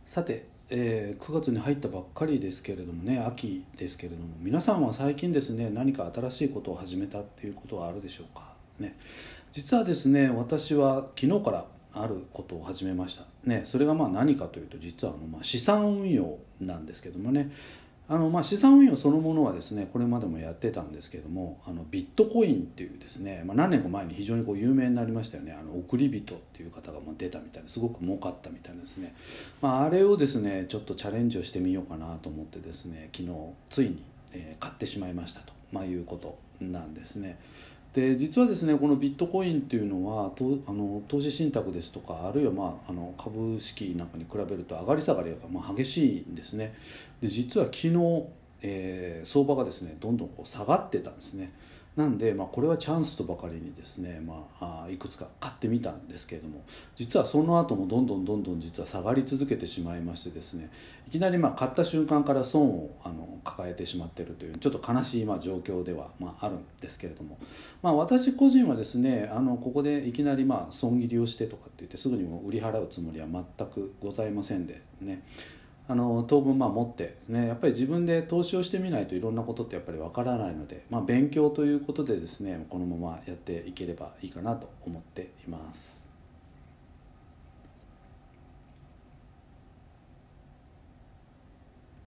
さて、9月に入ったばっかりですけれどもね、秋ですけれども、皆さんは最近ですね、何か新しいことを始めたっていうことはあるでしょうかね。実はですね、私は昨日からあることを始めましたね。それが何かというと、実は資産運用なんですけどもね。資産運用そのものはですね、これまでもやってたんですけども、ビットコインっていうですね、何年か前に非常に有名になりましたよね。送り人っていう方が出たみたいな、すごく儲かったみたいですね。あれをですね、ちょっとチャレンジをしてみようかなと思ってですね、昨日ついに、買ってしまいましたと、いうことなんですね。で実はですね、このビットコインっていうのは投資信託ですとか、あるいは、株式なんかに比べると上がり下がりが激しいんですね。で実は昨日、相場がですねどんどん下がってたんですね。なんで、これはチャンスとばかりにですね、いくつか買ってみたんですけれども、実はその後もどんどん実は下がり続けてしまいましてですね、いきなり買った瞬間から損を抱えてしまっているというちょっと悲しい状況ではあるんですけれども、私個人はですね、ここでいきなり損切りをしてとかって言ってすぐにも売り払うつもりは全くございませんでね、当分持ってですね、やっぱり自分で投資をしてみないといろんなことってやっぱりわからないので、勉強ということでですね、このままやっていければいいかなと思っています。